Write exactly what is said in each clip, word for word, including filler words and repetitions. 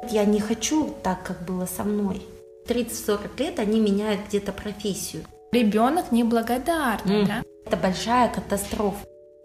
вот я не хочу так, как было со мной. тридцать-сорок лет они меняют где-то профессию. Ребенок неблагодарный, mm. да? Это большая катастрофа.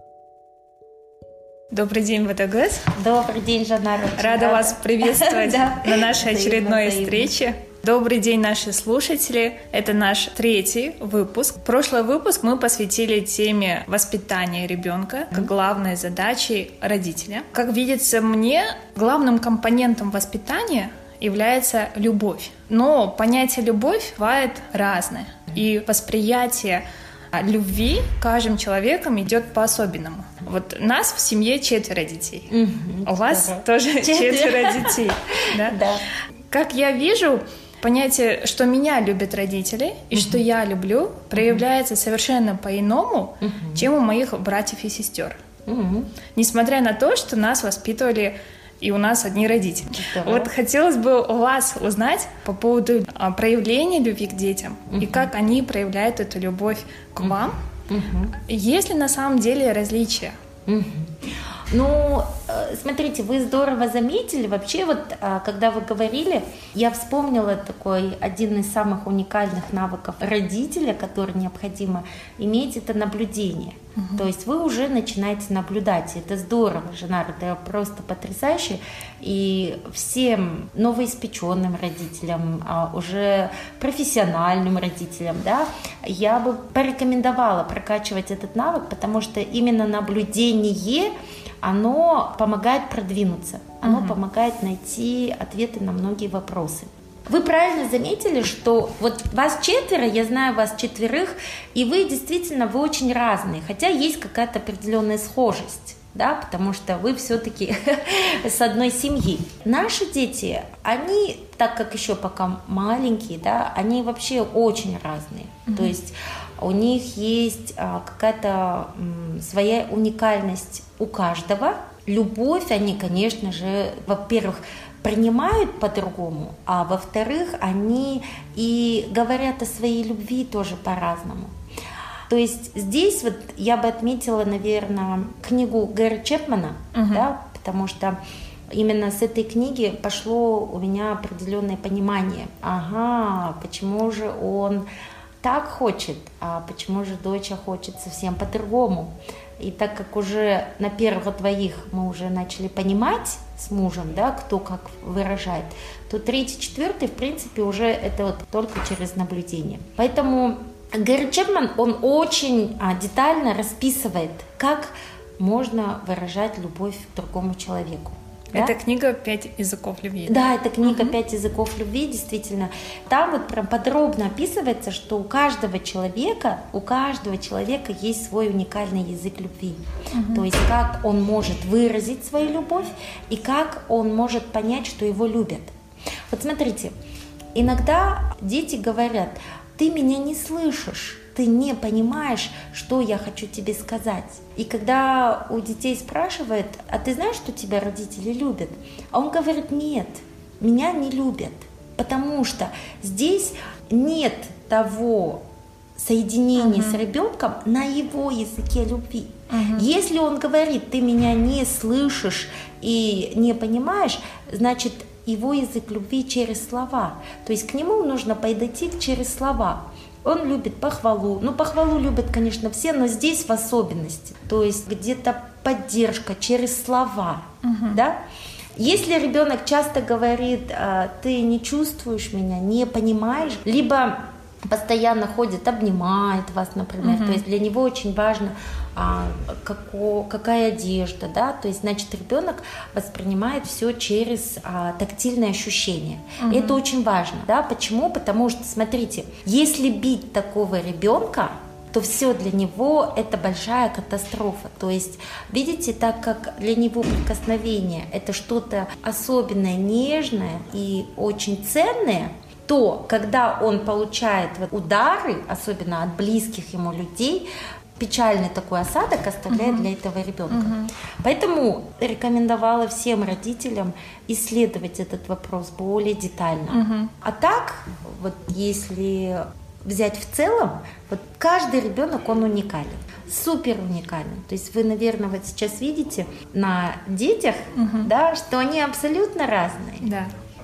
Добрый день, Водогаз. Добрый день, Жанна. Рада, рада вас приветствовать на нашей очередной встрече. Добрый день, наши слушатели. Это наш третий выпуск. Прошлый выпуск мы посвятили теме воспитания ребенка как главной задачей родителя. Как видится мне, главным компонентом воспитания является любовь. Но понятие «любовь» бывает разное. И восприятие любви каждым человеком идет по-особенному. Вот нас в семье четверо детей. Mm-hmm. У вас да. тоже четверо, четверо детей. Да? Да. Как я вижу, понятие, что меня любят родители и mm-hmm. что я люблю, проявляется mm-hmm. совершенно по-иному, mm-hmm. чем у моих братьев и сестер. Mm-hmm. Несмотря на то, что нас воспитывали и у нас одни родители. Здорово. Вот хотелось бы у вас узнать по поводу а, проявления любви к детям uh-huh. и как они проявляют эту любовь к uh-huh. вам. Uh-huh. Есть ли на самом деле различия? Uh-huh. Ну, смотрите, вы здорово заметили. Вообще, вот, когда вы говорили, я вспомнила такой один из самых уникальных навыков родителя, который необходимо иметь, это наблюдение. Uh-huh. То есть вы уже начинаете наблюдать. Это здорово, Жанар, это просто потрясающе. И всем новоиспеченным родителям, уже профессиональным родителям, да, я бы порекомендовала прокачивать этот навык, потому что именно наблюдение оно помогает продвинуться, оно uh-huh. помогает найти ответы на многие вопросы. Вы правильно заметили, что вот вас четверо, я знаю вас четверых, и вы действительно, вы очень разные, хотя есть какая-то определенная схожесть, да, потому что вы все-таки с одной семьи. Наши дети, они, так как еще пока маленькие, да, они вообще очень разные, uh-huh. то есть у них есть а, какая-то м, своя уникальность у каждого. Любовь они, конечно же, во-первых, принимают по-другому, а во-вторых, они и говорят о своей любви тоже по-разному. То есть здесь вот я бы отметила, наверное, книгу Гэри Чепмана, uh-huh. да, потому что именно с этой книги пошло у меня определенное понимание. Ага, почему же он так хочет, а почему же доча хочет совсем по-другому. И так как уже на первых двоих мы уже начали понимать с мужем, да, кто как выражает, то третий, четвертый, в принципе, уже это вот только через наблюдение. Поэтому Гэри Чепман, он очень а, детально расписывает, как можно выражать любовь к другому человеку. Да? Это книга «Пять языков любви». Да, это книга uh-huh. «Пять языков любви», действительно. Там вот прям подробно описывается, что у каждого человека, у каждого человека есть свой уникальный язык любви. Uh-huh. То есть как он может выразить свою любовь и как он может понять, что его любят. Вот смотрите, иногда дети говорят: «Ты меня не слышишь, ты не понимаешь, что я хочу тебе сказать». И когда у детей спрашивают: «А ты знаешь, что тебя родители любят?» А он говорит: «Нет, меня не любят, потому что здесь нет того соединения uh-huh. с ребенком на его языке любви». Uh-huh. Если он говорит: «Ты меня не слышишь и не понимаешь», значит, его язык любви через слова. То есть к нему нужно подойти через слова. Он любит похвалу. Ну, похвалу любят, конечно, все, но здесь в особенности. То есть где-то поддержка через слова. Uh-huh. Да? Если ребенок часто говорит: «Ты не чувствуешь меня, не понимаешь», либо постоянно ходит, обнимает вас, например, uh-huh. то есть для него очень важно, а, како, какая одежда, да, то есть, значит, ребенок воспринимает все через а, тактильные ощущения. Uh-huh. И это очень важно, да, почему? Потому что, смотрите, если бить такого ребенка, то все для него это большая катастрофа. То есть, видите, так как для него прикосновение это что-то особенное, нежное и очень ценное, то когда он получает вот удары, особенно от близких ему людей, печальный такой осадок оставляет uh-huh. для этого ребенка. Uh-huh. Поэтому рекомендовала всем родителям исследовать этот вопрос более детально. Uh-huh. А так, вот если взять в целом, вот каждый ребенок, он уникален, супер уникален. То есть вы, наверное, вот сейчас видите на детях, uh-huh. да, что они абсолютно разные. Да.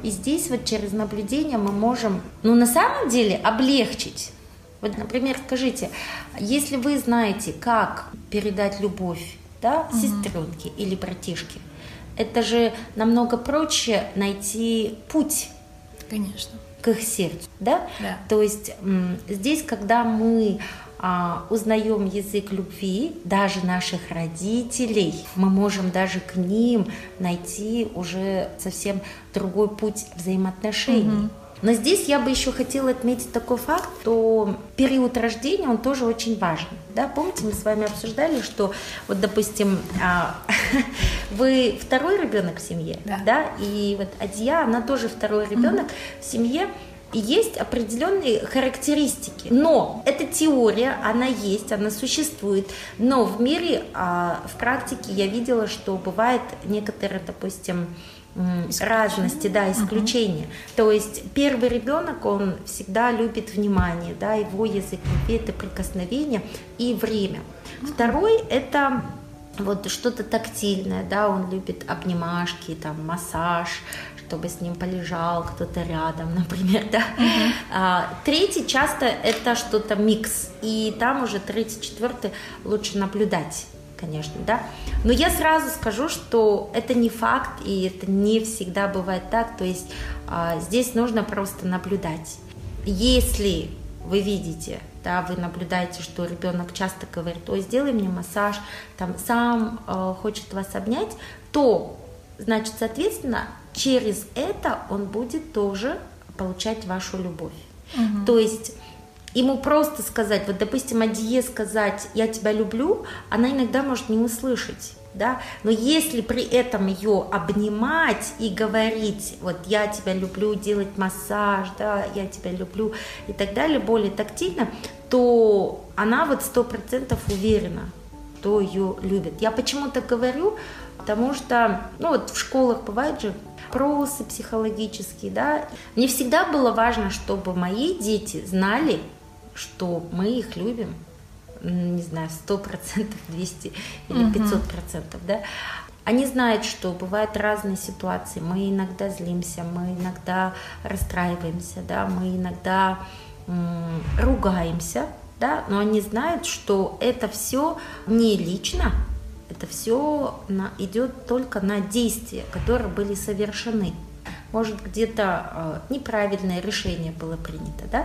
И здесь вот через наблюдение мы можем, ну, на самом деле, облегчить. Вот, например, скажите, если вы знаете, как передать любовь, да, угу. сестренке или братишке, это же намного проще найти путь. Конечно. К их сердцу, да? Да. То есть м, здесь, когда мы а, узнаем язык любви, даже наших родителей, мы можем даже к ним найти уже совсем другой путь взаимоотношений. Угу. Но здесь я бы еще хотела отметить такой факт, что период рождения, он тоже очень важен. Да? Помните, мы с вами обсуждали, что, вот, допустим, вы второй ребенок в семье, да. Да? И вот Адья, она тоже второй ребенок mm-hmm. в семье, и есть определенные характеристики. Но эта теория, она есть, она существует, но в мире, в практике я видела, что бывает некоторые, допустим, разности, да, исключения. Uh-huh. То есть первый ребенок, он всегда любит внимание, да, его язык любви — это прикосновение и время. Uh-huh. Второй — это вот что-то тактильное, да, он любит обнимашки, там, массаж, чтобы с ним полежал кто-то рядом, например, да. Uh-huh. А, третий часто это что-то микс, и там уже третий, четвертый лучше наблюдать. Конечно, да. Но я сразу скажу, что это не факт, и это не всегда бывает так. То есть а, здесь нужно просто наблюдать. Если вы видите, да, вы наблюдаете, что ребенок часто говорит: ой, сделай мне массаж, там, сам э, хочет вас обнять, то, значит, соответственно, через это он будет тоже получать вашу любовь. Угу. То есть ему просто сказать, вот, допустим, Адье сказать «я тебя люблю», она иногда может не услышать, да, но если при этом ее обнимать и говорить вот «я тебя люблю», делать массаж, да, «я тебя люблю» и так далее, более тактильно, то она вот сто процентов уверена, что ее любит. Я почему так говорю? Потому что, ну вот в школах бывают же опросы психологические, да, мне всегда было важно, чтобы мои дети знали, что мы их любим, не знаю, сто процентов, двести или пятьсот процентов, да. Они знают, что бывают разные ситуации, мы иногда злимся, мы иногда расстраиваемся, да, мы иногда м- ругаемся, да, но они знают, что это все не лично, это все на, идет только на действия, которые были совершены. Может, где-то э, неправильное решение было принято, да.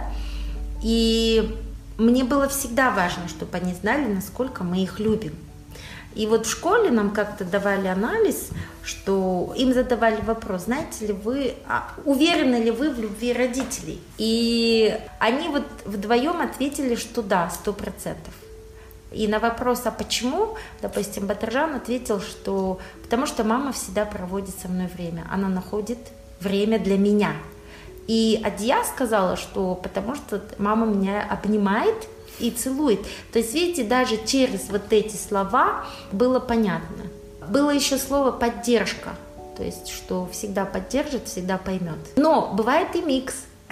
И мне было всегда важно, чтобы они знали, насколько мы их любим. И вот в школе нам как-то давали анализ, что им задавали вопрос: знаете ли вы, а уверены ли вы в любви родителей? И они вот вдвоем ответили, что да, сто процентов. И на вопрос, а почему, допустим, Батыржан ответил, что потому что мама всегда проводит со мной время, она находит время для меня. И Адья сказала, что потому что мама меня обнимает и целует. То есть, видите, даже через вот эти слова было понятно. Было еще слово «поддержка», то есть, что всегда поддержит, всегда поймет. Но бывает и микс.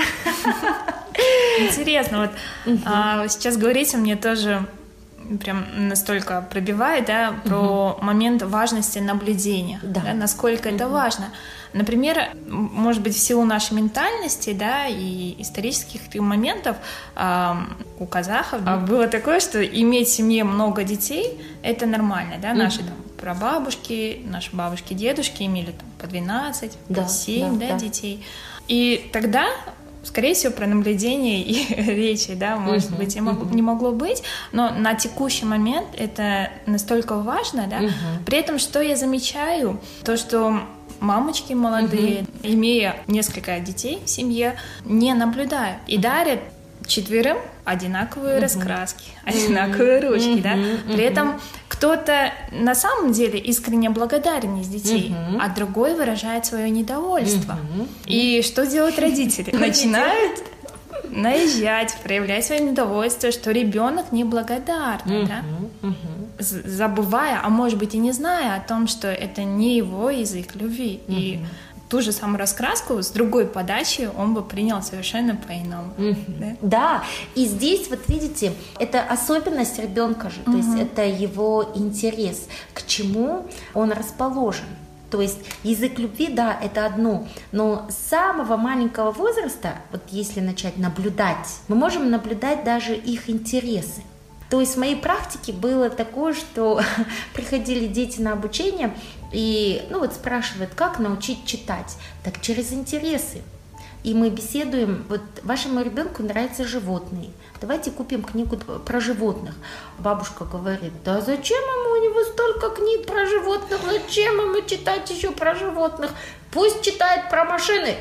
Интересно, вот угу. а, сейчас говорите, мне тоже прям настолько пробивает, да, про угу. момент важности наблюдения, да. Да, насколько угу. это важно. Например, может быть, в силу нашей ментальности, да, и исторических моментов э, у казахов mm-hmm. было такое, что иметь в семье много детей – это нормально, да, mm-hmm. наши там прабабушки, наши бабушки, дедушки имели там по двенадцать, да, по семь, да, да, да. детей. И тогда, скорее всего, про наблюдение и речи, да, может mm-hmm. быть, и мог, mm-hmm. не могло быть, но на текущий момент это настолько важно, да. Mm-hmm. При этом, что я замечаю, то, что мамочки молодые, угу. имея несколько детей в семье, не наблюдают и дарят четверым одинаковые угу. раскраски, одинаковые угу. ручки, угу. да. При угу. этом кто-то на самом деле искренне благодарен из детей, угу. а другой выражает свое недовольство. Угу. И что делают родители? Начинают наезжать, проявлять свое недовольство, что ребенок неблагодарный, да? Забывая, а может быть и не зная о том, что это не его язык любви. Mm-hmm. И ту же самую раскраску с другой подачи он бы принял совершенно по-иному. Mm-hmm. Да? Да, и здесь вот видите, это особенность ребенка же, mm-hmm. то есть это его интерес, к чему он расположен. То есть язык любви, да, это одно, но с самого маленького возраста, вот если начать наблюдать, мы можем наблюдать даже их интересы. То есть в моей практике было такое, что приходили дети на обучение и ну вот спрашивают, как научить читать, так через интересы. И мы беседуем, вот вашему ребенку нравятся животные, давайте купим книгу про животных. Бабушка говорит, да зачем ему, у него столько книг про животных, зачем ему читать еще про животных, пусть читает про машины.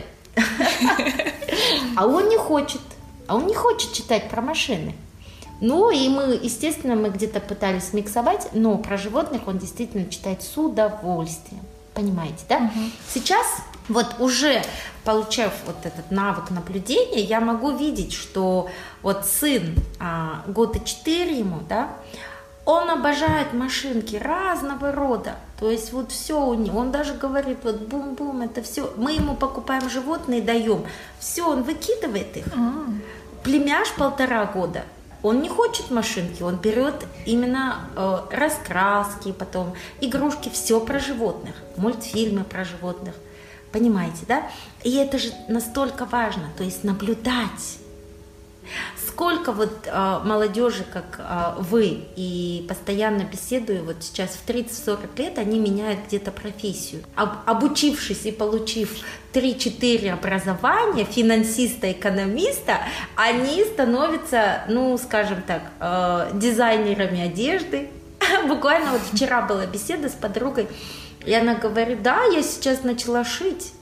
А он не хочет, а он не хочет читать про машины. Ну и мы, естественно, мы где-то пытались миксовать, но про животных он действительно читает с удовольствием. Понимаете, да? Угу. Сейчас, вот уже получав вот этот навык наблюдения, я могу видеть, что вот сын, а, года четыре ему, да, он обожает машинки разного рода. То есть вот все у него, он даже говорит, вот бум-бум, это все. Мы ему покупаем животные, даем. Все, он выкидывает их. Mm. Племяш полтора года. Он не хочет машинки, он берет именно э, раскраски, потом игрушки, все про животных, мультфильмы про животных. Понимаете, да? И это же настолько важно, то есть наблюдать. Сколько вот э, молодежи, как э, вы, и постоянно беседую, вот сейчас в тридцать-сорок лет, они меняют где-то профессию. Об, обучившись и получив три-четыре образования, финансиста, экономиста, они становятся, ну, скажем так, э, дизайнерами одежды. Буквально вот вчера была беседа с подругой, и она говорит, да, я сейчас начала шить,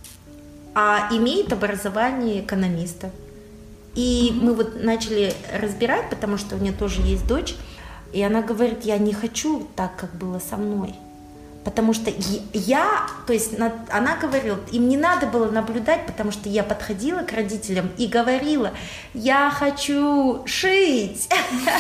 а имеет образование экономиста. И mm-hmm. мы вот начали разбирать, потому что у нее тоже есть дочь, и она говорит, я не хочу так, как было со мной. Потому что я, то есть она говорила, им не надо было наблюдать, потому что я подходила к родителям и говорила, я хочу шить.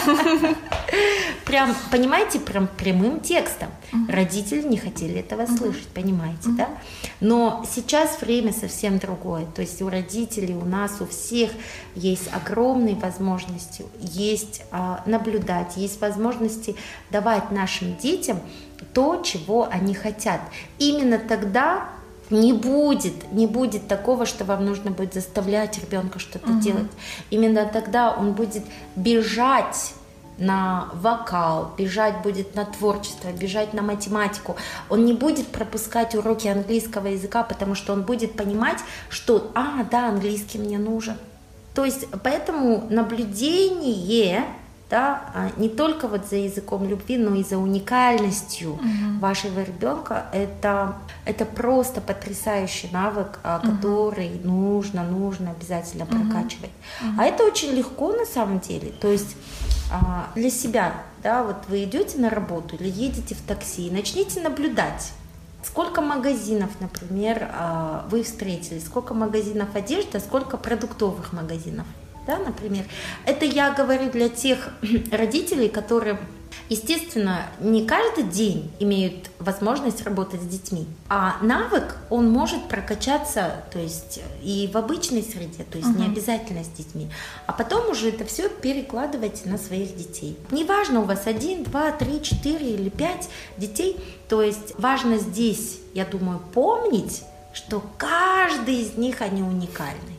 Прям, понимаете, прям прямым текстом. Родители не хотели этого слышать, понимаете, да? Но сейчас время совсем другое. То есть у родителей, у нас, у всех есть огромные возможности, есть наблюдать, есть возможности давать нашим детям то, чего они хотят. Именно тогда не будет, не будет такого, что вам нужно будет заставлять ребенка что-то угу. делать. Именно тогда он будет бежать на вокал, бежать будет на творчество, бежать на математику. Он не будет пропускать уроки английского языка, потому что он будет понимать, что, а, да, английский мне нужен. То есть, поэтому наблюдение, да, не только вот за языком любви, но и за уникальностью угу. вашего ребенка, это, это просто потрясающий навык, угу. который нужно, нужно обязательно угу. прокачивать. Угу. А это очень легко на самом деле. То есть для себя, да, вот вы идете на работу или едете в такси, начните наблюдать, сколько магазинов, например, вы встретили, сколько магазинов одежды, сколько продуктовых магазинов. Да, например, это я говорю для тех родителей, которые, естественно, не каждый день имеют возможность работать с детьми, а навык, он может прокачаться, то есть и в обычной среде, то есть uh-huh. не обязательно с детьми, а потом уже это все перекладывайте на своих детей. Неважно, у вас один, два, три, четыре или пять детей, то есть важно здесь, я думаю, помнить, что каждый из них, они уникальны.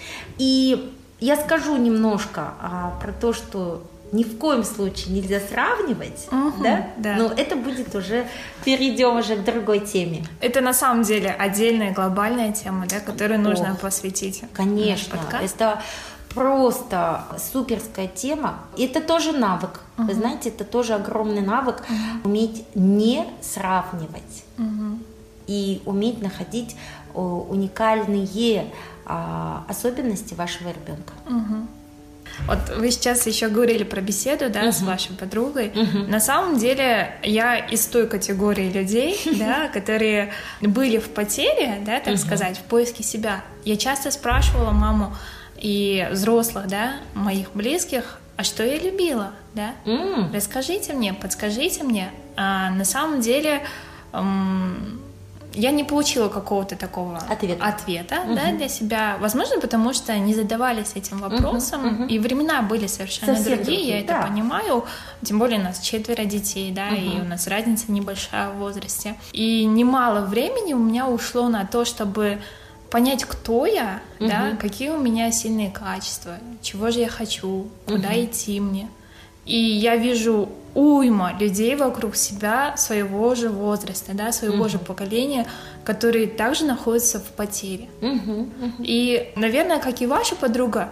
И я скажу немножко а, про то, что ни в коем случае нельзя сравнивать, угу, да? Да. Но это будет уже, перейдем уже к другой теме. Это на самом деле отдельная глобальная тема, да, которую Ох, нужно посвятить. Конечно, это просто суперская тема. Это тоже навык, угу. вы знаете, это тоже огромный навык, угу. уметь не сравнивать угу. и уметь находить уникальные особенности вашего ребенка. Угу. Вот вы сейчас еще говорили про беседу, да, угу. с вашей подругой. Угу. На самом деле я из той категории людей, да, которые были в потере, да, так угу. сказать, в поиске себя. Я часто спрашивала маму и взрослых, да, моих близких, а что я любила, да? Mm. Расскажите мне, подскажите мне. А на самом деле эм, я не получила какого-то такого ответа, ответа uh-huh. да, для себя. Возможно, потому что не задавались этим вопросом, uh-huh, uh-huh. и времена были совершенно Совсем другие, другие, я да. это понимаю. Тем более у нас четверо детей, да, uh-huh. и у нас разница небольшая в возрасте. И немало времени у меня ушло на то, чтобы понять, кто я, uh-huh. да, какие у меня сильные качества, чего же я хочу, куда uh-huh. идти мне. И я вижу уйма людей вокруг себя своего же возраста, да, своего uh-huh. же поколения, которые также находятся в потере. Uh-huh. Uh-huh. И, наверное, как и ваша подруга,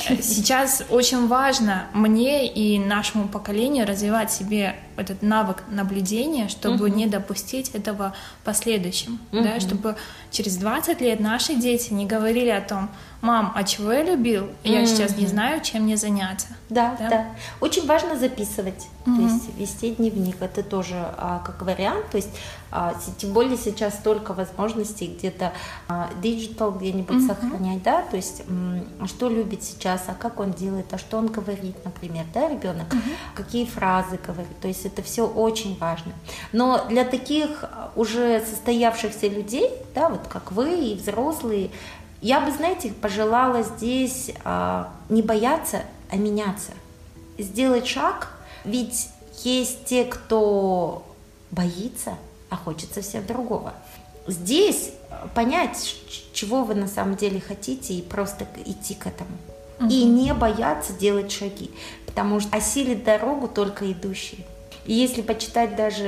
сейчас очень важно мне и нашему поколению развивать в себе этот навык наблюдения, чтобы uh-huh. не допустить этого в последующем, uh-huh. да, чтобы через двадцать лет наши дети не говорили о том: мам, а чего я любил? Я mm-hmm. сейчас не знаю, чем мне заняться. Да, да. да. Очень важно записывать, mm-hmm. то есть вести дневник. Это тоже а, как вариант. То есть, а, тем более сейчас столько возможностей где-то диджитал а, где-нибудь mm-hmm. сохранять, да, то есть м, что любит сейчас, а как он делает, а что он говорит, например, да, ребенок, mm-hmm. какие фразы говорит. То есть это все очень важно. Но для таких уже состоявшихся людей, да, вот как вы и взрослые, я бы, знаете, пожелала здесь а, не бояться, а меняться. Сделать шаг, ведь есть те, кто боится, а хочется всем другого. Здесь понять, чего вы на самом деле хотите, и просто идти к этому. Угу. И не бояться делать шаги, потому что осилит дорогу только идущие. И если почитать даже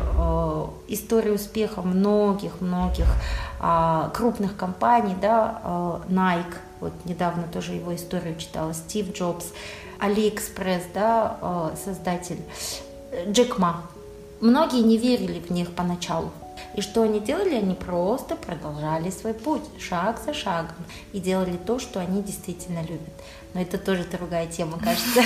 э, историю успеха многих-многих э, крупных компаний, да, э, Nike, вот недавно тоже его историю читала, Стив Джобс, AliExpress, да, э, создатель, Джек Ма. Многие не верили в них поначалу. И что они делали? Они просто продолжали свой путь, шаг за шагом, и делали то, что они действительно любят. Но это тоже другая тема, кажется.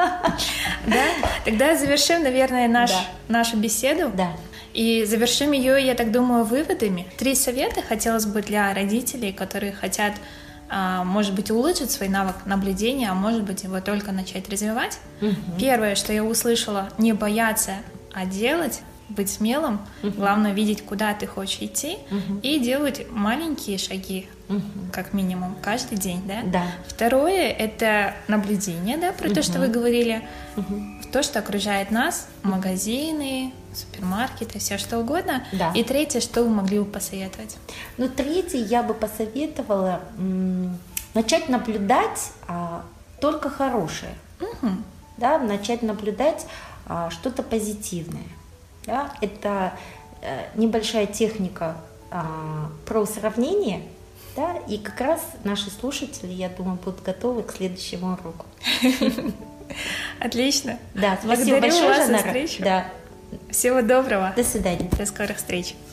Да? Тогда завершим, наверное, наш, да. нашу беседу. Да. И завершим ее, я так думаю, выводами. Три совета хотелось бы для родителей, которые хотят, может быть, улучшить свой навык наблюдения, а может быть, его только начать развивать. Угу. Первое, что я услышала: не бояться, а делать. Быть смелым, uh-huh. главное видеть, куда ты хочешь идти, uh-huh. и делать маленькие шаги, uh-huh. как минимум, каждый день, да? Да. Второе — это наблюдение, да, про uh-huh. то, что вы говорили, uh-huh. то, что окружает нас, магазины, супермаркеты, все что угодно. Да. И третье, что вы могли бы посоветовать? Ну, третье, я бы посоветовала м- начать наблюдать а, только хорошее, uh-huh. да, начать наблюдать а, что-то позитивное. Да, это э, небольшая техника э, про сравнение, да, и как раз наши слушатели, я думаю, будут готовы к следующему уроку. Отлично. Да, благодарю большое вас за встречу. Да. Всего доброго. До свидания. До скорых встреч.